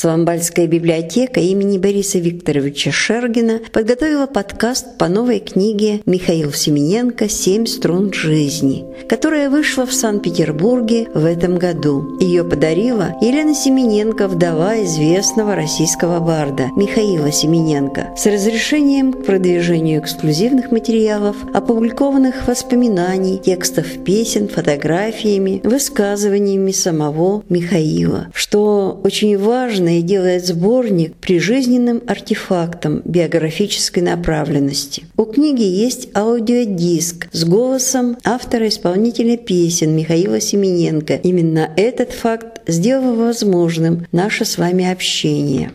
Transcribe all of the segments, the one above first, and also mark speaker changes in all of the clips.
Speaker 1: Славянбальская библиотека имени Бориса Викторовича Шергина подготовила подкаст по новой книге Михаила Семененко «7 струн жизни», которая вышла в Санкт-Петербурге в этом году. Ее подарила Елена Семененко, вдова известного российского барда Михаила Семененко, с разрешением к продвижению эксклюзивных материалов, опубликованных воспоминаний, текстов песен, фотографиями, высказываниями самого Михаила, что очень важно и делает сборник прижизненным артефактом биографической направленности. У книги есть аудиодиск с голосом автора-исполнителя песен Михаила Семененко. Именно этот факт сделал возможным наше с вами общение.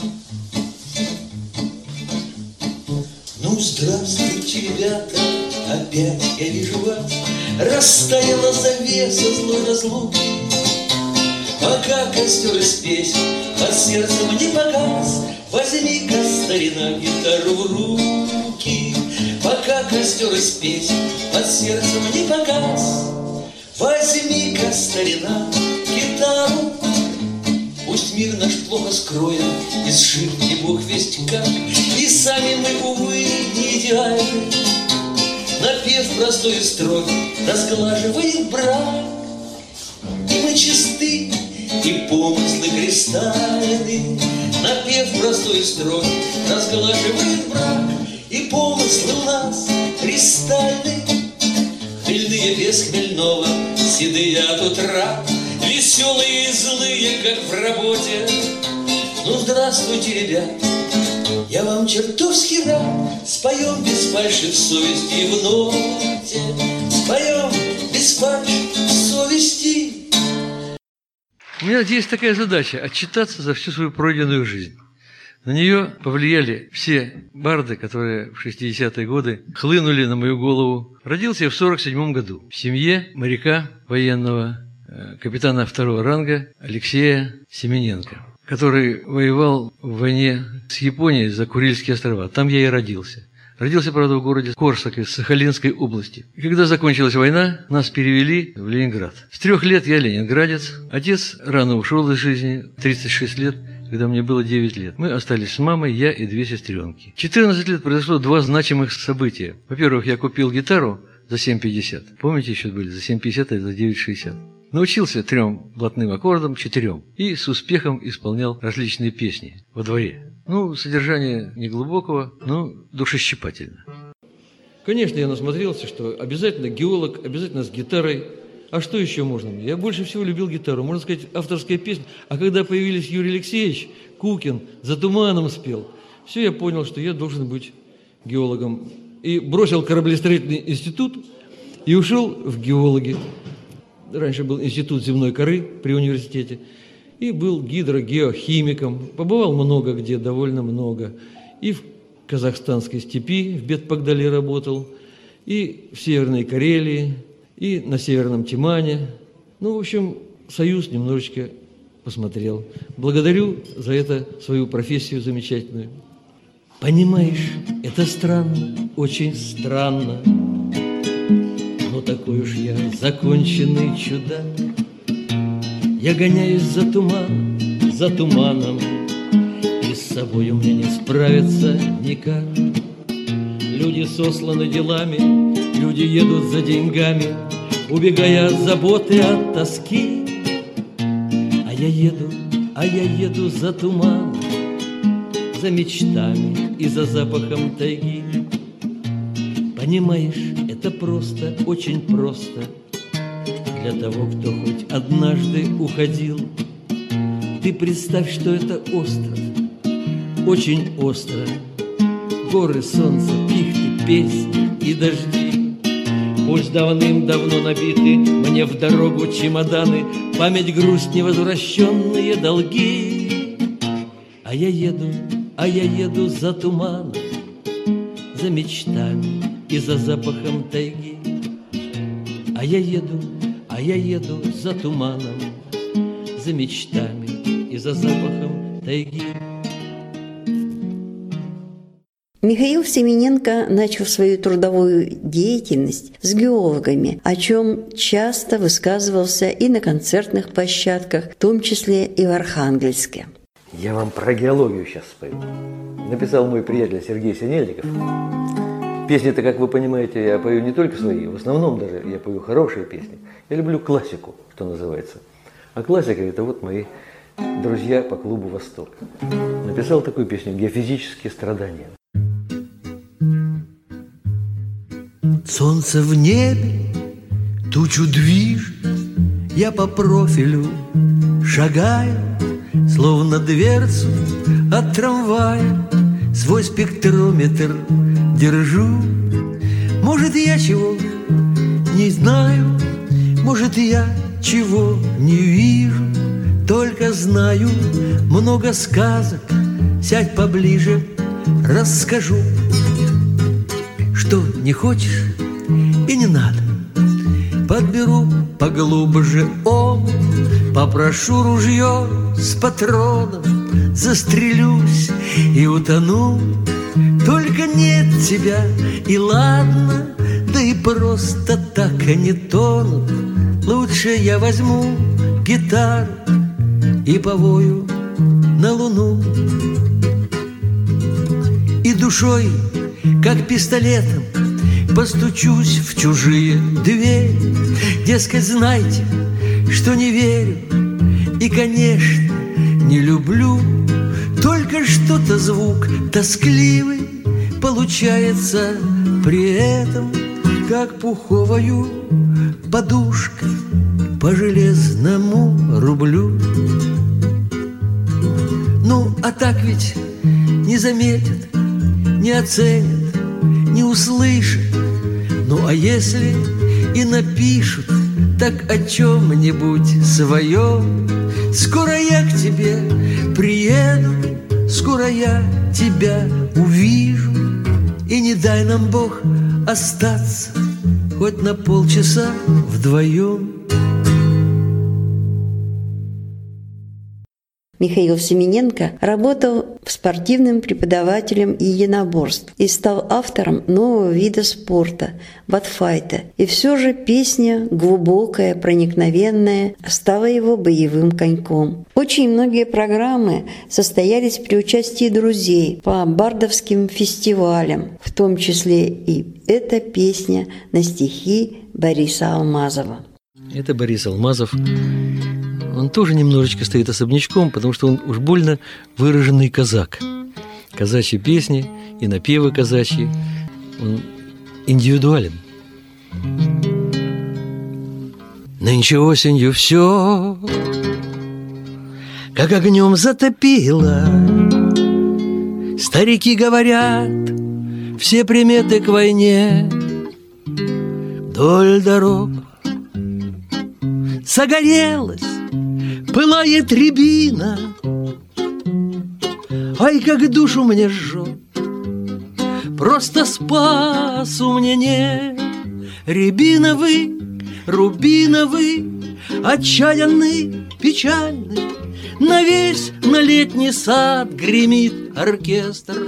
Speaker 2: Ну, здравствуйте, ребята, опять я вижу вас. Растаяла завеса злой разлуки. Пока костер из песен под сердцем не погас, возьми-ка, старина, гитару в руки. Пока костер из песен под сердцем не погас, возьми-ка, старина, гитару. Пусть мир наш плохо скроен, и сшит не бог весть как, и сами мы, увы, не идеальны. Напев простой строки разглаживает брак, и мы чисты, и помыслы кристальны. Напев простой строки разглаживает брак, и помыслы у нас кристальны. Хмельные без хмельного, седые от утра, веселые и злые, как в работе. Ну, здравствуйте, ребят, я вам чертовски рад. Споем без фальши в совести и в ноте, споем без фальши в совести.
Speaker 3: У меня есть такая задача – отчитаться за всю свою пройденную жизнь. На нее повлияли все барды, которые в 60-е годы хлынули на мою голову. Родился я в 1947 году в семье моряка военного, капитана второго ранга Алексея Семененко, который воевал в войне с Японией за Курильские острова. Там я и родился. Родился, правда, в городе Корсаке, Сахалинской области. И когда закончилась война, нас перевели в Ленинград. С 3 лет я ленинградец. Отец рано ушел из жизни, 36 лет, когда мне было 9 лет. Мы остались с мамой, я и 2 сестренки. В 14 лет произошло 2 значимых события. Во-первых, я купил гитару за 7,50. Помните, еще были за 7,50 и за 9,60. Научился 3 блатным аккордам, 4. И с успехом исполнял различные песни во дворе. Ну, содержание неглубокого, но душещипательно. Конечно, я насмотрелся, что обязательно геолог, обязательно с гитарой. А что еще можно? Я больше всего любил гитару. Можно сказать, авторская песня. А когда появились Юрий Алексеевич, Кукин, «За туманом» спел, все, я понял, что я должен быть геологом. И бросил кораблестроительный институт и ушел в геологи. Раньше был институт земной коры при университете. И был гидрогеохимиком. Побывал много где, довольно много. И в казахстанской степи, в Бетпагдале работал, и в Северной Карелии, и на Северном Тимане. Ну, в общем, Союз немножечко посмотрел. Благодарю за это свою профессию замечательную. Понимаешь, это странно, очень странно, но такой уж я законченный чудак. Я гоняюсь за туманом, и с собой у меня не справиться никак. Люди сосланы делами, люди едут за деньгами, убегая от заботы, от тоски. А я еду за туманом, за мечтами и за запахом тайги. Понимаешь, это просто, очень просто для того, кто хоть однажды уходил. Ты представь, что это остров, очень остро. Горы, солнце, пихты, песни и дожди. Пусть давным-давно набиты мне в дорогу чемоданы, память, грусть, невозвращенные долги. А я еду за туманом, за мечтами и за запахом тайги. А я еду за туманом, за мечтами и за запахом тайги.
Speaker 1: Михаил Семененко начал свою трудовую деятельность с геологами, о чем часто высказывался и на концертных площадках, в том числе и в Архангельске.
Speaker 4: Я вам про геологию сейчас спою. Написал мой приятель Сергей Синельников. Песни-то, как вы понимаете, я пою не только свои, в основном даже я пою хорошие песни. Я люблю классику, что называется. А классика – это вот мои друзья по клубу «Восток». Написал такую песню «Геофизические страдания».
Speaker 2: Солнце в небе, тучу движет, я по профилю шагаю, словно дверцу от трамвая, свой спектрометр держу. Может, я чего не знаю, может, я чего не вижу, только знаю много сказок. Сядь поближе, расскажу. Что не хочешь и не надо, подберу поглубже омут, попрошу ружье с патроном, застрелюсь и утону. Только нет тебя, и ладно, да и просто так они тонут. Лучше я возьму гитару и повою на луну. И душой, как пистолетом, постучусь в чужие двери. Дескать, знайте, что не верю и, конечно, не люблю. Только что-то звук тоскливый получается при этом, как пуховою подушкой по железному рублю. Ну, а так ведь не заметят, не оценят, не услышат. Ну, а если и напишут, так о чем-нибудь своем. Скоро я к тебе приеду, скоро я тебя увижу. И не дай нам Бог остаться хоть на полчаса вдвоем.
Speaker 1: Михаил Семененко работал спортивным преподавателем единоборств и стал автором нового вида спорта – бадфайта. И все же песня, глубокая, проникновенная, стала его боевым коньком. Очень многие программы состоялись при участии друзей по бардовским фестивалям, в том числе и эта песня на стихи Бориса Алмазова.
Speaker 3: Это Борис Алмазов. Он тоже немножечко стоит особнячком, потому что он уж больно выраженный казак. Казачьи песни и напевы казачьи. Он индивидуален. Нынче осенью все как огнем затопило. Старики говорят, все приметы к войне. Вдоль дорог загорелась, пылает рябина. Ай, как душу мне жжет, просто спасу мне нет. Рябиновый, рубиновый, отчаянный, печальный, на весь на летний сад гремит оркестр.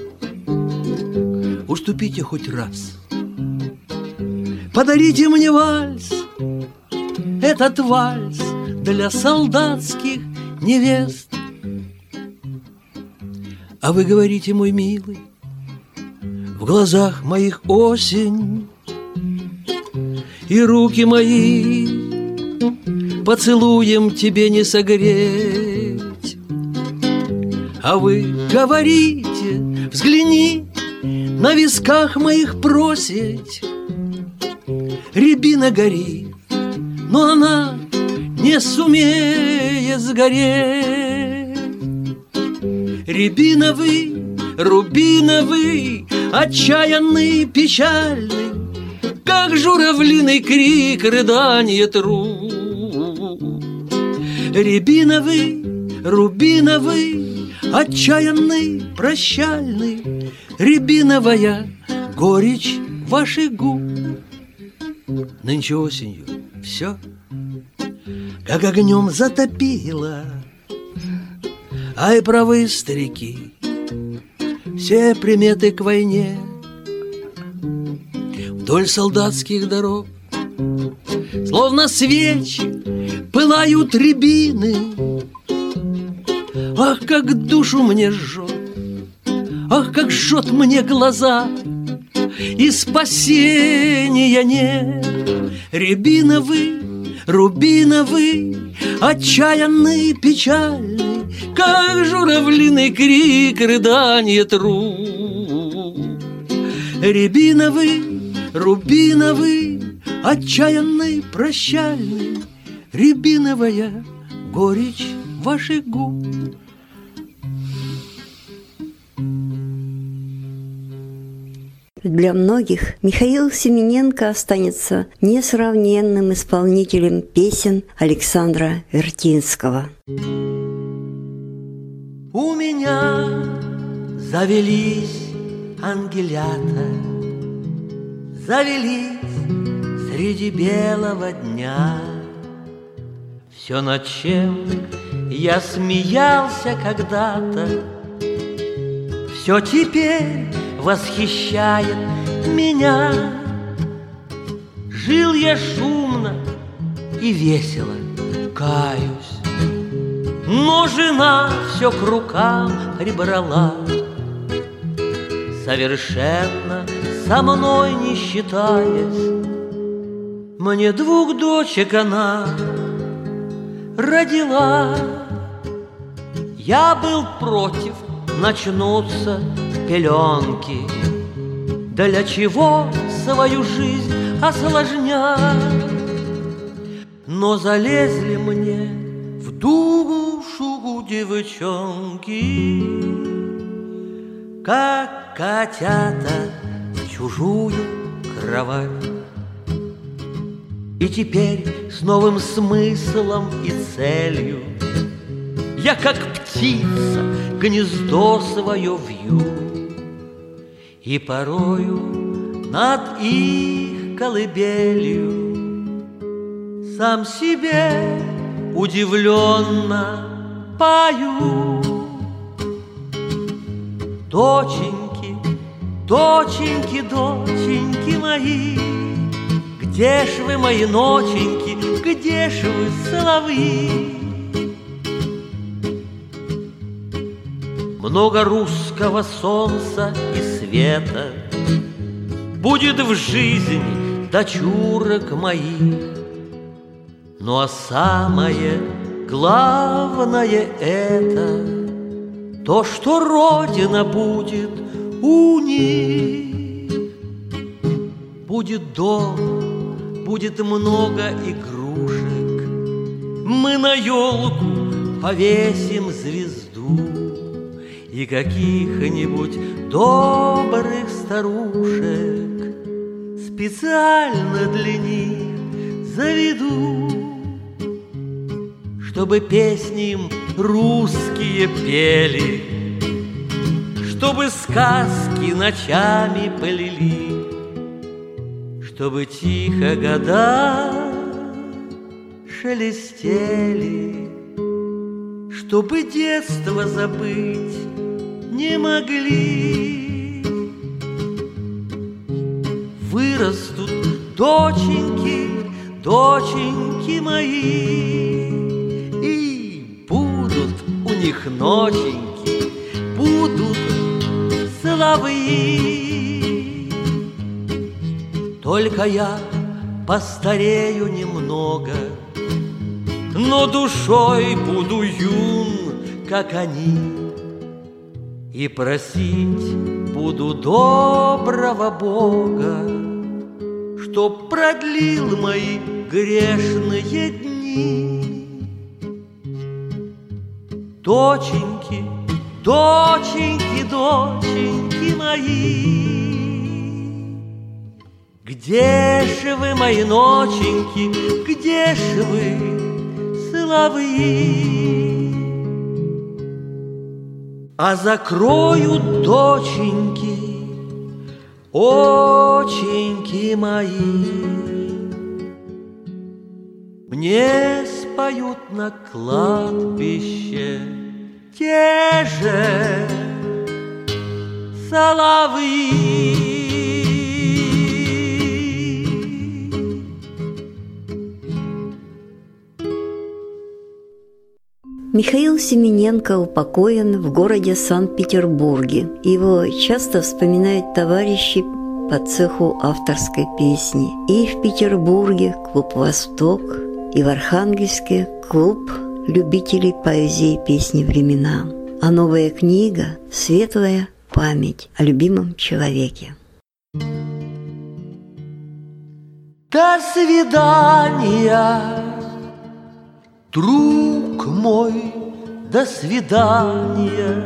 Speaker 3: Уступите хоть раз, подарите мне вальс, этот вальс для солдатских невест. А вы говорите, мой милый, в глазах моих осень, и руки мои поцелуем тебе не согреть. А вы говорите, взгляни, на висках моих просить. Рябина горит, но она не сумеет сгореть. Рябиновый, рубиновый, отчаянный, печальный, как журавлиный крик, рыдание тру. Рябиновый, рубиновый, отчаянный, прощальный, рябиновая горечь ваших губ. Нынче осенью все как огнем затопило. Ай, правы старики, все приметы к войне. Вдоль солдатских дорог, словно свечи, пылают рябины.
Speaker 5: Ах, как душу мне жжет, ах, как жжет мне глаза, и спасения нет. Рябиновый, рубиновый, отчаянный, печальный, как журавлиный крик, рыдание труп. Рябиновый, рубиновый, отчаянный, прощальный, рябиновая горечь ваших губ.
Speaker 1: Для многих Михаил Семененко останется несравненным исполнителем песен Александра Вертинского.
Speaker 5: У меня завелись ангелята, завелись среди белого дня. Все, над чем я смеялся когда-то, все теперь восхищает меня. Жил я шумно и весело, каюсь, но жена все к рукам прибрала, совершенно со мной не считаясь. Мне 2 дочек она родила. Я был против начнутся пеленки. Для чего свою жизнь осложнять? Но залезли мне в душу девчонки, как котята в чужую кровать. И теперь с новым смыслом и целью я, как птица, гнездо свое вью, и порою над их колыбелью сам себе удивленно пою. Доченьки, доченьки, доченьки мои, где ж вы, мои ноченьки, где ж вы, соловьи? Много русского солнца и света будет в жизни дочурок моих, ну а самое главное это то, что Родина будет у них. Будет дом, будет много игрушек, мы на елку повесим звезду, и каких-нибудь добрых старушек специально для них заведу, чтобы песни им русские пели, чтобы сказки ночами полили, чтобы тихо года шелестели, чтобы детство забыть не могли. Вырастут доченьки, доченьки мои, и будут у них ноченьки, будут соловьи. Только я постарею немного, но душой буду юн, как они, и просить буду доброго Бога, чтоб продлил мои грешные дни. Доченьки, доченьки, доченьки мои, где ж вы, мои ноченьки, где ж вы, соловьи? А закроют доченьки, оченьки мои, мне споют на кладбище те же соловьи.
Speaker 1: Михаил Семененко упокоен в городе Санкт-Петербурге. Его часто вспоминают товарищи по цеху авторской песни. И в Петербурге клуб «Восток», и в Архангельске клуб любителей поэзии и песни времена. А новая книга «Светлая память о любимом человеке».
Speaker 5: До свидания, друг мой, до свидания.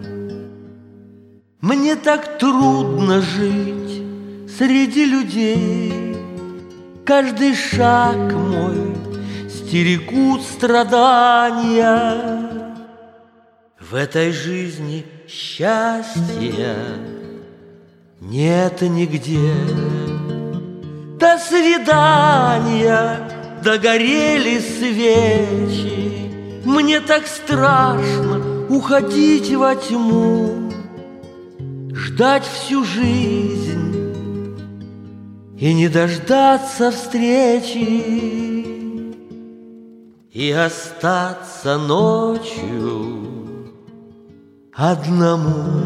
Speaker 5: Мне так трудно жить среди людей. Каждый шаг мой стерегут страдания. В этой жизни счастья нет нигде. До свидания, догорели свечи. Мне так страшно уходить во тьму, ждать всю жизнь и не дождаться встречи, и остаться ночью одному.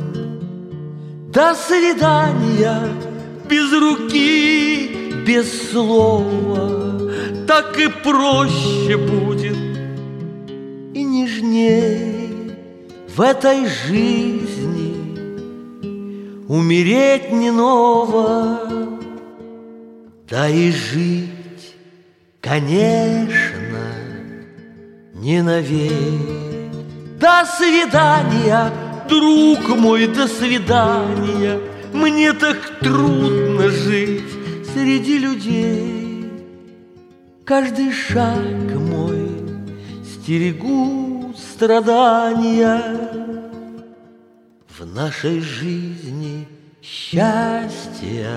Speaker 5: До свидания, без руки, без слова. Так и проще будет и нежней в этой жизни умереть не ново, да и жить, конечно, не навек. До свидания, друг мой, до свидания. Мне так трудно жить среди людей. Каждый шаг мой стерегут страдания. В нашей жизни счастья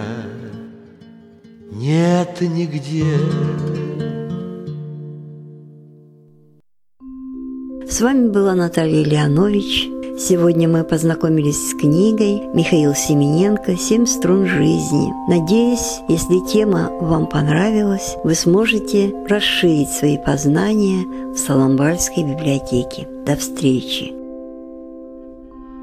Speaker 5: нет нигде.
Speaker 1: С вами была Наталья Леонович. Сегодня мы познакомились с книгой Михаила Семененко «Семь струн жизни». Надеюсь, если тема вам понравилась, вы сможете расширить свои познания в Соломбальской библиотеке. До встречи!